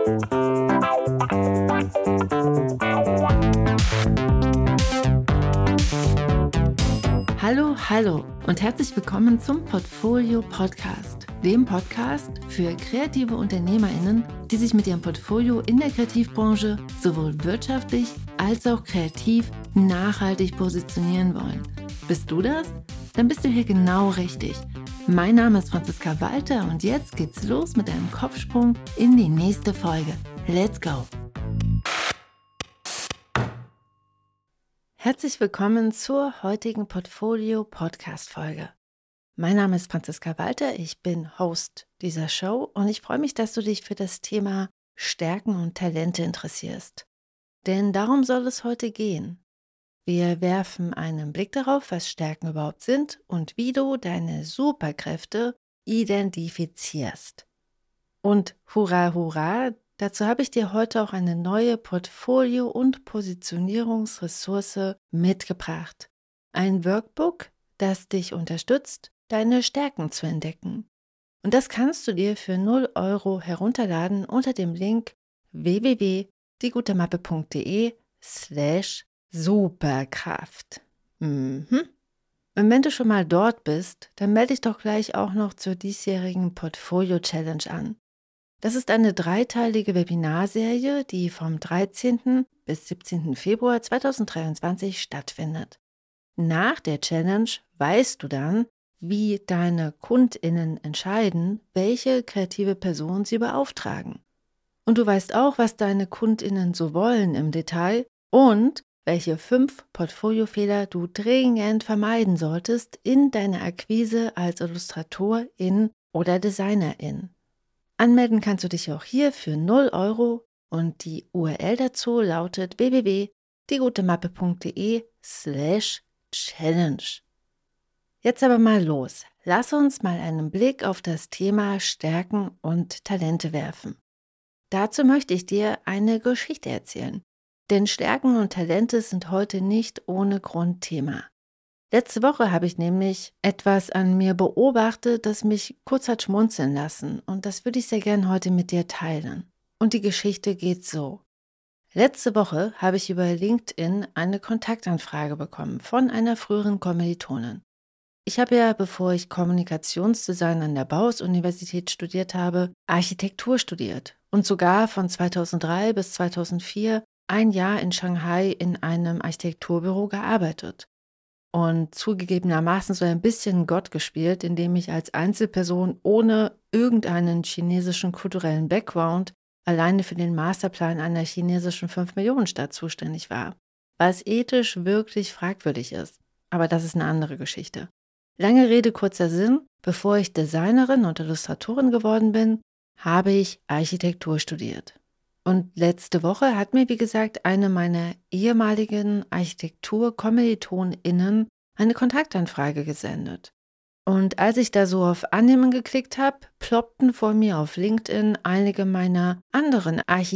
Hallo und herzlich willkommen zum Portfolio Podcast, dem Podcast für kreative UnternehmerInnen, die sich mit ihrem Portfolio in der Kreativbranche sowohl wirtschaftlich als auch kreativ nachhaltig positionieren wollen. Bist du das? Dann bist du hier genau richtig. Mein Name ist Franziska Walter und jetzt geht's los mit einem Kopfsprung in die nächste Folge. Let's go! Herzlich willkommen zur heutigen Portfolio-Podcast-Folge. Mein Name ist Franziska Walter, ich bin Host dieser Show und ich freue mich, dass du dich für das Thema Stärken und Talente interessierst. Denn darum soll es heute gehen. Wir werfen einen Blick darauf, was Stärken überhaupt sind und wie du deine Superkräfte identifizierst. Und hurra, hurra! Dazu habe ich dir heute auch eine neue Portfolio- und Positionierungsressource mitgebracht. Ein Workbook, das dich unterstützt, deine Stärken zu entdecken. Und das kannst du dir für 0 € herunterladen unter dem Link www.diegutemappe.de/Superkraft. Und wenn du schon mal dort bist, dann melde dich doch gleich auch noch zur diesjährigen Portfolio-Challenge an. Das ist eine 3-teilige Webinarserie, die vom 13. bis 17. Februar 2023 stattfindet. Nach der Challenge weißt du dann, wie deine KundInnen entscheiden, welche kreative Person sie beauftragen. Und du weißt auch, was deine KundInnen so wollen im Detail und welche 5 Portfoliofehler du dringend vermeiden solltest in deiner Akquise als Illustratorin oder Designerin. Anmelden kannst du dich auch hier für 0 € und die URL dazu lautet www.diegutemappe.de/Challenge. Jetzt aber mal los. Lass uns mal einen Blick auf das Thema Stärken und Talente werfen. Dazu möchte ich dir eine Geschichte erzählen. Denn Stärken und Talente sind heute nicht ohne Grund Thema. Letzte Woche habe ich nämlich etwas an mir beobachtet, das mich kurz hat schmunzeln lassen und das würde ich sehr gern heute mit dir teilen. Und die Geschichte geht so. Letzte Woche habe ich über LinkedIn eine Kontaktanfrage bekommen von einer früheren Kommilitonin. Ich habe ja, bevor ich Kommunikationsdesign an der Bauhaus-Universität studiert habe, Architektur studiert und sogar von 2003 bis 2004 ein Jahr in Shanghai in einem Architekturbüro gearbeitet. Und zugegebenermaßen so ein bisschen Gott gespielt, indem ich als Einzelperson ohne irgendeinen chinesischen kulturellen Background alleine für den Masterplan einer chinesischen 5-Millionen-Stadt zuständig war. Was ethisch wirklich fragwürdig ist. Aber das ist eine andere Geschichte. Lange Rede, kurzer Sinn. Bevor ich Designerin und Illustratorin geworden bin, habe ich Architektur studiert. Und letzte Woche hat mir, wie gesagt, eine meiner ehemaligen Architektur-KommilitonInnen eine Kontaktanfrage gesendet. Und als ich da so auf Annehmen geklickt habe, ploppten vor mir auf LinkedIn einige meiner anderen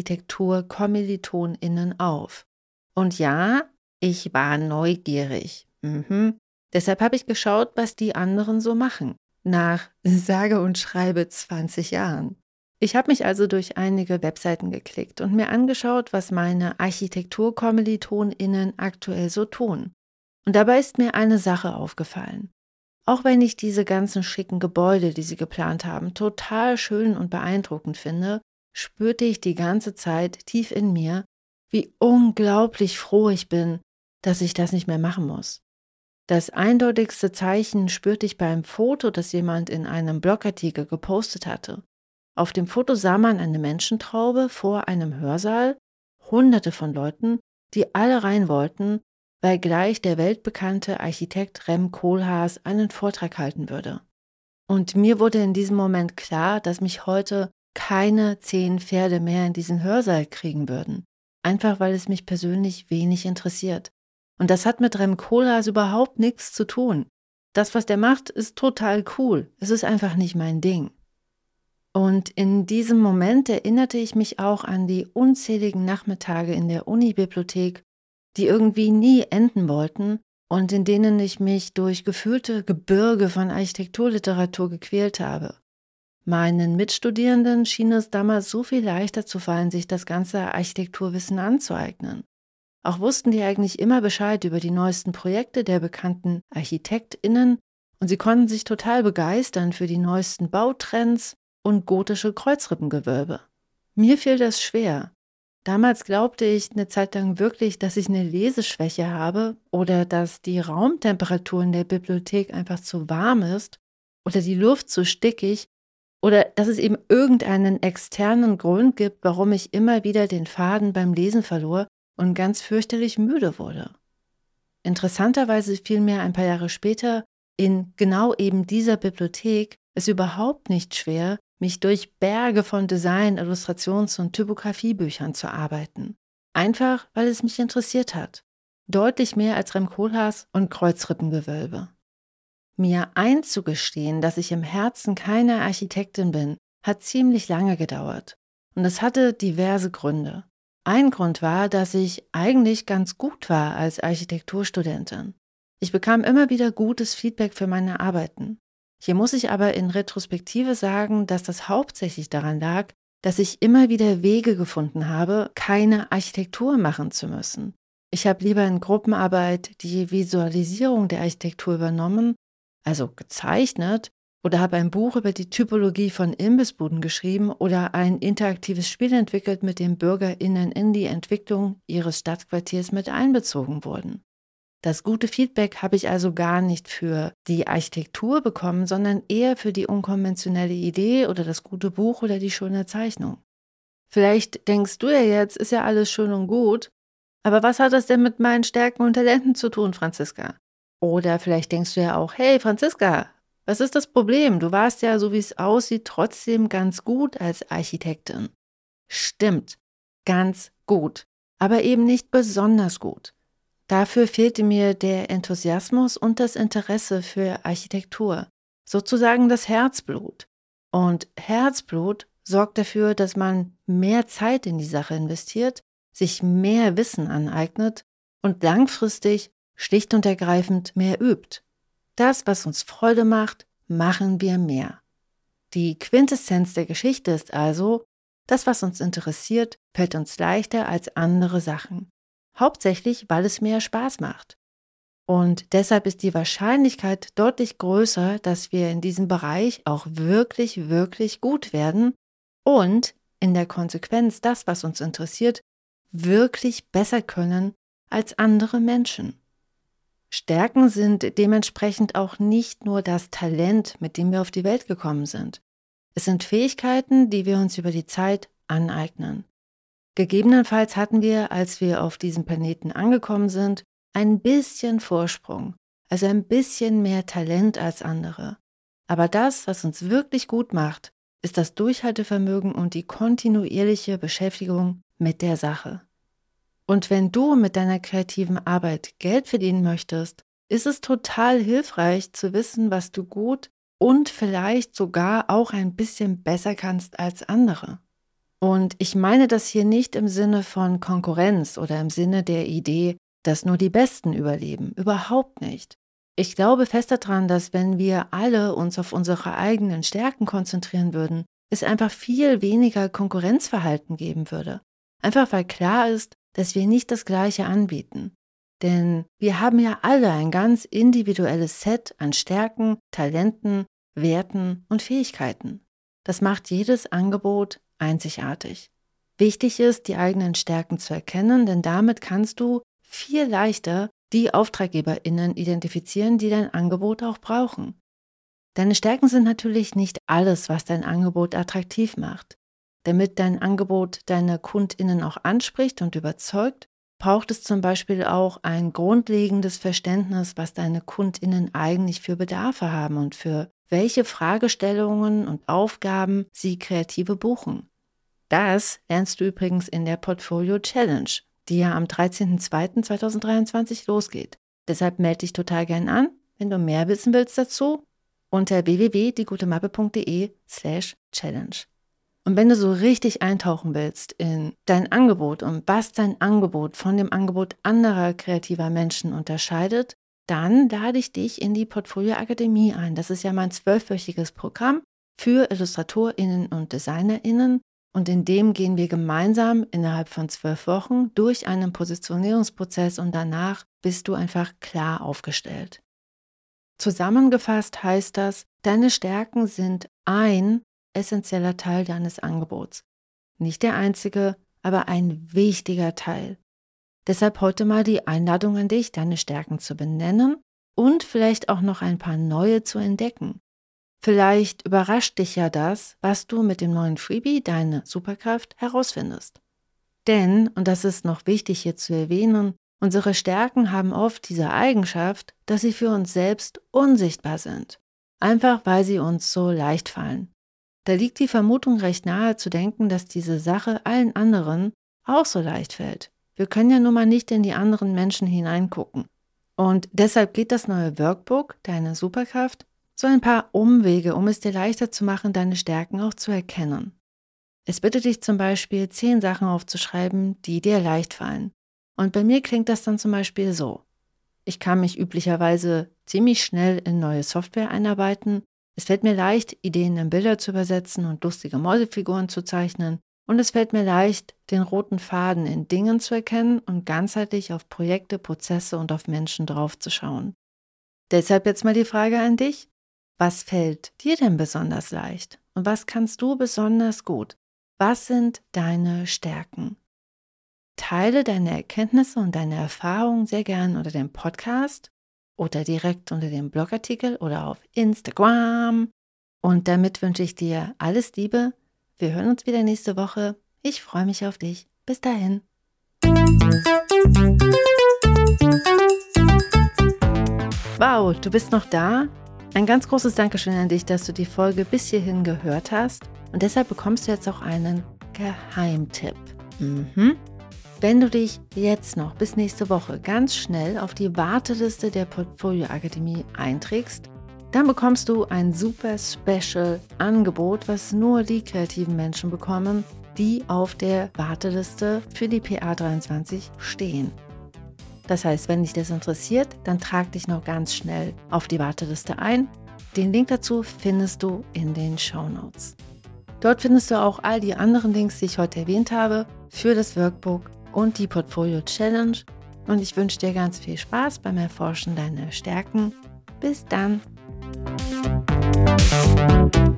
Architektur-KommilitonInnen auf. Und ja, ich war neugierig. Deshalb habe ich geschaut, was die anderen so machen. Nach sage und schreibe 20 Jahren. Ich habe mich also durch einige Webseiten geklickt und mir angeschaut, was meine Architektur-KommilitonInnen aktuell so tun. Und dabei ist mir eine Sache aufgefallen. Auch wenn ich diese ganzen schicken Gebäude, die sie geplant haben, total schön und beeindruckend finde, spürte ich die ganze Zeit tief in mir, wie unglaublich froh ich bin, dass ich das nicht mehr machen muss. Das eindeutigste Zeichen spürte ich beim Foto, das jemand in einem Blogartikel gepostet hatte. Auf dem Foto sah man eine Menschentraube vor einem Hörsaal, Hunderte von Leuten, die alle rein wollten, weil gleich der weltbekannte Architekt Rem Koolhaas einen Vortrag halten würde. Und mir wurde in diesem Moment klar, dass mich heute keine 10 Pferde mehr in diesen Hörsaal kriegen würden. Einfach weil es mich persönlich wenig interessiert. Und das hat mit Rem Koolhaas überhaupt nichts zu tun. Das, was der macht, ist total cool. Es ist einfach nicht mein Ding. Und in diesem Moment erinnerte ich mich auch an die unzähligen Nachmittage in der Unibibliothek, die irgendwie nie enden wollten und in denen ich mich durch gefühlte Gebirge von Architekturliteratur gequält habe. Meinen Mitstudierenden schien es damals so viel leichter zu fallen, sich das ganze Architekturwissen anzueignen. Auch wussten die eigentlich immer Bescheid über die neuesten Projekte der bekannten ArchitektInnen und sie konnten sich total begeistern für die neuesten Bautrends und gotische Kreuzrippengewölbe. Mir fiel das schwer. Damals glaubte ich eine Zeit lang wirklich, dass ich eine Leseschwäche habe oder dass die Raumtemperatur in der Bibliothek einfach zu warm ist oder die Luft zu stickig oder dass es eben irgendeinen externen Grund gibt, warum ich immer wieder den Faden beim Lesen verlor und ganz fürchterlich müde wurde. Interessanterweise fiel mir ein paar Jahre später in genau eben dieser Bibliothek es überhaupt nicht schwer, mich durch Berge von Design-, Illustrations- und Typografiebüchern zu arbeiten. Einfach, weil es mich interessiert hat. Deutlich mehr als Rem Koolhaas und Kreuzrippengewölbe. Mir einzugestehen, dass ich im Herzen keine Architektin bin, hat ziemlich lange gedauert. Und es hatte diverse Gründe. Ein Grund war, dass ich eigentlich ganz gut war als Architekturstudentin. Ich bekam immer wieder gutes Feedback für meine Arbeiten. Hier muss ich aber in Retrospektive sagen, dass das hauptsächlich daran lag, dass ich immer wieder Wege gefunden habe, keine Architektur machen zu müssen. Ich habe lieber in Gruppenarbeit die Visualisierung der Architektur übernommen, also gezeichnet, oder habe ein Buch über die Typologie von Imbissbuden geschrieben oder ein interaktives Spiel entwickelt, mit dem BürgerInnen in die Entwicklung ihres Stadtquartiers mit einbezogen wurden. Das gute Feedback habe ich also gar nicht für die Architektur bekommen, sondern eher für die unkonventionelle Idee oder das gute Buch oder die schöne Zeichnung. Vielleicht denkst du ja jetzt, ist ja alles schön und gut, aber was hat das denn mit meinen Stärken und Talenten zu tun, Franziska? Oder vielleicht denkst du ja auch, hey Franziska, was ist das Problem? Du warst ja, so wie es aussieht, trotzdem ganz gut als Architektin. Stimmt, ganz gut, aber eben nicht besonders gut. Dafür fehlte mir der Enthusiasmus und das Interesse für Architektur, sozusagen das Herzblut. Und Herzblut sorgt dafür, dass man mehr Zeit in die Sache investiert, sich mehr Wissen aneignet und langfristig schlicht und ergreifend mehr übt. Das, was uns Freude macht, machen wir mehr. Die Quintessenz der Geschichte ist also, das, was uns interessiert, fällt uns leichter als andere Sachen. Hauptsächlich, weil es mehr Spaß macht. Und deshalb ist die Wahrscheinlichkeit deutlich größer, dass wir in diesem Bereich auch wirklich, wirklich gut werden und in der Konsequenz das, was uns interessiert, wirklich besser können als andere Menschen. Stärken sind dementsprechend auch nicht nur das Talent, mit dem wir auf die Welt gekommen sind. Es sind Fähigkeiten, die wir uns über die Zeit aneignen. Gegebenenfalls hatten wir, als wir auf diesem Planeten angekommen sind, ein bisschen Vorsprung, also ein bisschen mehr Talent als andere. Aber das, was uns wirklich gut macht, ist das Durchhaltevermögen und die kontinuierliche Beschäftigung mit der Sache. Und wenn du mit deiner kreativen Arbeit Geld verdienen möchtest, ist es total hilfreich zu wissen, was du gut und vielleicht sogar auch ein bisschen besser kannst als andere. Und ich meine das hier nicht im Sinne von Konkurrenz oder im Sinne der Idee, dass nur die Besten überleben. Überhaupt nicht. Ich glaube fest daran, dass wenn wir alle uns auf unsere eigenen Stärken konzentrieren würden, es einfach viel weniger Konkurrenzverhalten geben würde. Einfach weil klar ist, dass wir nicht das Gleiche anbieten. Denn wir haben ja alle ein ganz individuelles Set an Stärken, Talenten, Werten und Fähigkeiten. Das macht jedes Angebot einzigartig. Wichtig ist, die eigenen Stärken zu erkennen, denn damit kannst du viel leichter die AuftraggeberInnen identifizieren, die dein Angebot auch brauchen. Deine Stärken sind natürlich nicht alles, was dein Angebot attraktiv macht. Damit dein Angebot deine KundInnen auch anspricht und überzeugt, braucht es zum Beispiel auch ein grundlegendes Verständnis, was deine KundInnen eigentlich für Bedarfe haben und für welche Fragestellungen und Aufgaben sie Kreative buchen. Das lernst du übrigens in der Portfolio Challenge, die ja am 13.02.2023 losgeht. Deshalb melde dich total gern an, wenn du mehr wissen willst dazu, unter www.diegutemappe.de/challenge. Und wenn du so richtig eintauchen willst in dein Angebot und was dein Angebot von dem Angebot anderer kreativer Menschen unterscheidet, dann lade ich dich in die Portfolio Akademie ein. Das ist ja mein 12-wöchiges Programm, für IllustratorInnen und DesignerInnen. Und in dem gehen wir gemeinsam innerhalb von 12 Wochen durch einen Positionierungsprozess und danach bist du einfach klar aufgestellt. Zusammengefasst heißt das, deine Stärken sind ein essentieller Teil deines Angebots. Nicht der einzige, aber ein wichtiger Teil. Deshalb heute mal die Einladung an dich, deine Stärken zu benennen und vielleicht auch noch ein paar neue zu entdecken. Vielleicht überrascht dich ja das, was du mit dem neuen Freebie, deine Superkraft, herausfindest. Denn, und das ist noch wichtig hier zu erwähnen, unsere Stärken haben oft diese Eigenschaft, dass sie für uns selbst unsichtbar sind. Einfach weil sie uns so leicht fallen. Da liegt die Vermutung recht nahe zu denken, dass diese Sache allen anderen auch so leicht fällt. Wir können ja nun mal nicht in die anderen Menschen hineingucken. Und deshalb geht das neue Workbook, deine Superkraft, so ein paar Umwege, um es dir leichter zu machen, deine Stärken auch zu erkennen. Es bittet dich zum Beispiel, 10 Sachen aufzuschreiben, die dir leicht fallen. Und bei mir klingt das dann zum Beispiel so. Ich kann mich üblicherweise ziemlich schnell in neue Software einarbeiten. Es fällt mir leicht, Ideen in Bilder zu übersetzen und lustige Mäusefiguren zu zeichnen. Und es fällt mir leicht, den roten Faden in Dingen zu erkennen und ganzheitlich auf Projekte, Prozesse und auf Menschen draufzuschauen. Deshalb jetzt mal die Frage an dich. Was fällt dir denn besonders leicht? Und was kannst du besonders gut? Was sind deine Stärken? Teile deine Erkenntnisse und deine Erfahrungen sehr gern unter dem Podcast oder direkt unter dem Blogartikel oder auf Instagram. Und damit wünsche ich dir alles Liebe. Wir hören uns wieder nächste Woche. Ich freue mich auf dich. Bis dahin. Wow, du bist noch da? Ein ganz großes Dankeschön an dich, dass du die Folge bis hierhin gehört hast. Und deshalb bekommst du jetzt auch einen Geheimtipp. Wenn du dich jetzt noch bis nächste Woche ganz schnell auf die Warteliste der Portfolio Akademie einträgst, dann bekommst du ein super Special Angebot, was nur die kreativen Menschen bekommen, die auf der Warteliste für die PA23 stehen. Das heißt, wenn dich das interessiert, dann trag dich noch ganz schnell auf die Warteliste ein. Den Link dazu findest du in den Shownotes. Dort findest du auch all die anderen Links, die ich heute erwähnt habe, für das Workbook und die Portfolio Challenge. Und ich wünsche dir ganz viel Spaß beim Erforschen deiner Stärken. Bis dann!